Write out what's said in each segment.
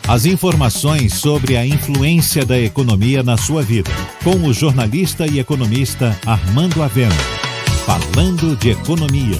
As informações sobre a influência da economia na sua vida, com o jornalista e economista Armando Avena. Falando de economia.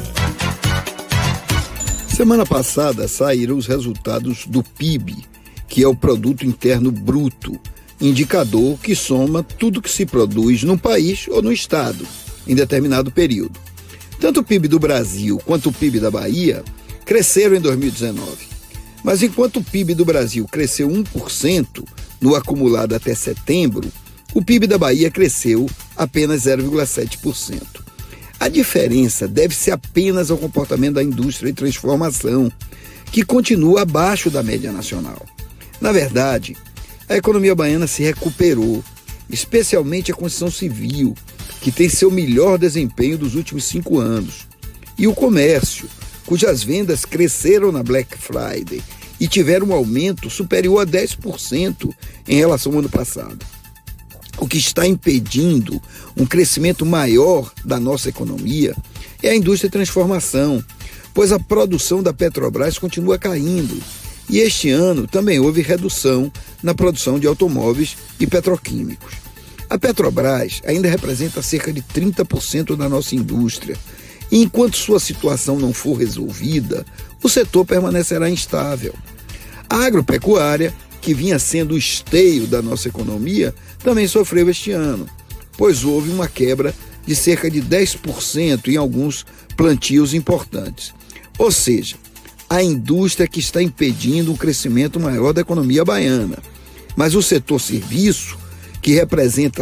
Semana passada saíram os resultados do PIB, que é o Produto Interno Bruto, indicador que soma tudo que se produz no país ou no estado, em determinado período. Tanto o PIB do Brasil quanto o PIB da Bahia cresceram em 2019. Mas enquanto o PIB do Brasil cresceu 1% no acumulado até setembro, o PIB da Bahia cresceu apenas 0,7%. A diferença deve-se apenas ao comportamento da indústria de transformação, que continua abaixo da média nacional. Na verdade, a economia baiana se recuperou, especialmente a construção civil, que tem seu melhor desempenho dos últimos 5 anos, e o comércio, cujas vendas cresceram na Black Friday e tiveram um aumento superior a 10% em relação ao ano passado. O que está impedindo um crescimento maior da nossa economia é a indústria de transformação, pois a produção da Petrobras continua caindo e este ano também houve redução na produção de automóveis e petroquímicos. A Petrobras ainda representa cerca de 30% da nossa indústria, e enquanto sua situação não for resolvida, o setor permanecerá instável. A agropecuária, que vinha sendo o esteio da nossa economia, também sofreu este ano, pois houve uma quebra de cerca de 10% em alguns plantios importantes. Ou seja, a indústria que está impedindo um crescimento maior da economia baiana. Mas o setor serviço, que representa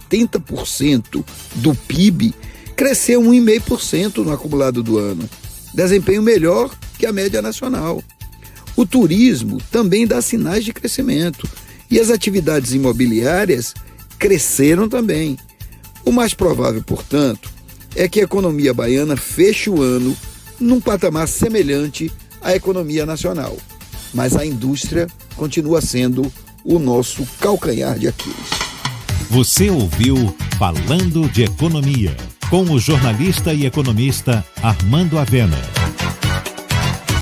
70% do PIB, cresceu 1,5% no acumulado do ano, desempenho melhor que a média nacional. O turismo também dá sinais de crescimento e as atividades imobiliárias cresceram também. O mais provável, portanto, é que a economia baiana feche o ano num patamar semelhante à economia nacional, mas a indústria continua sendo o nosso calcanhar de Aquiles. Você ouviu Falando de Economia, com o jornalista e economista Armando Avena.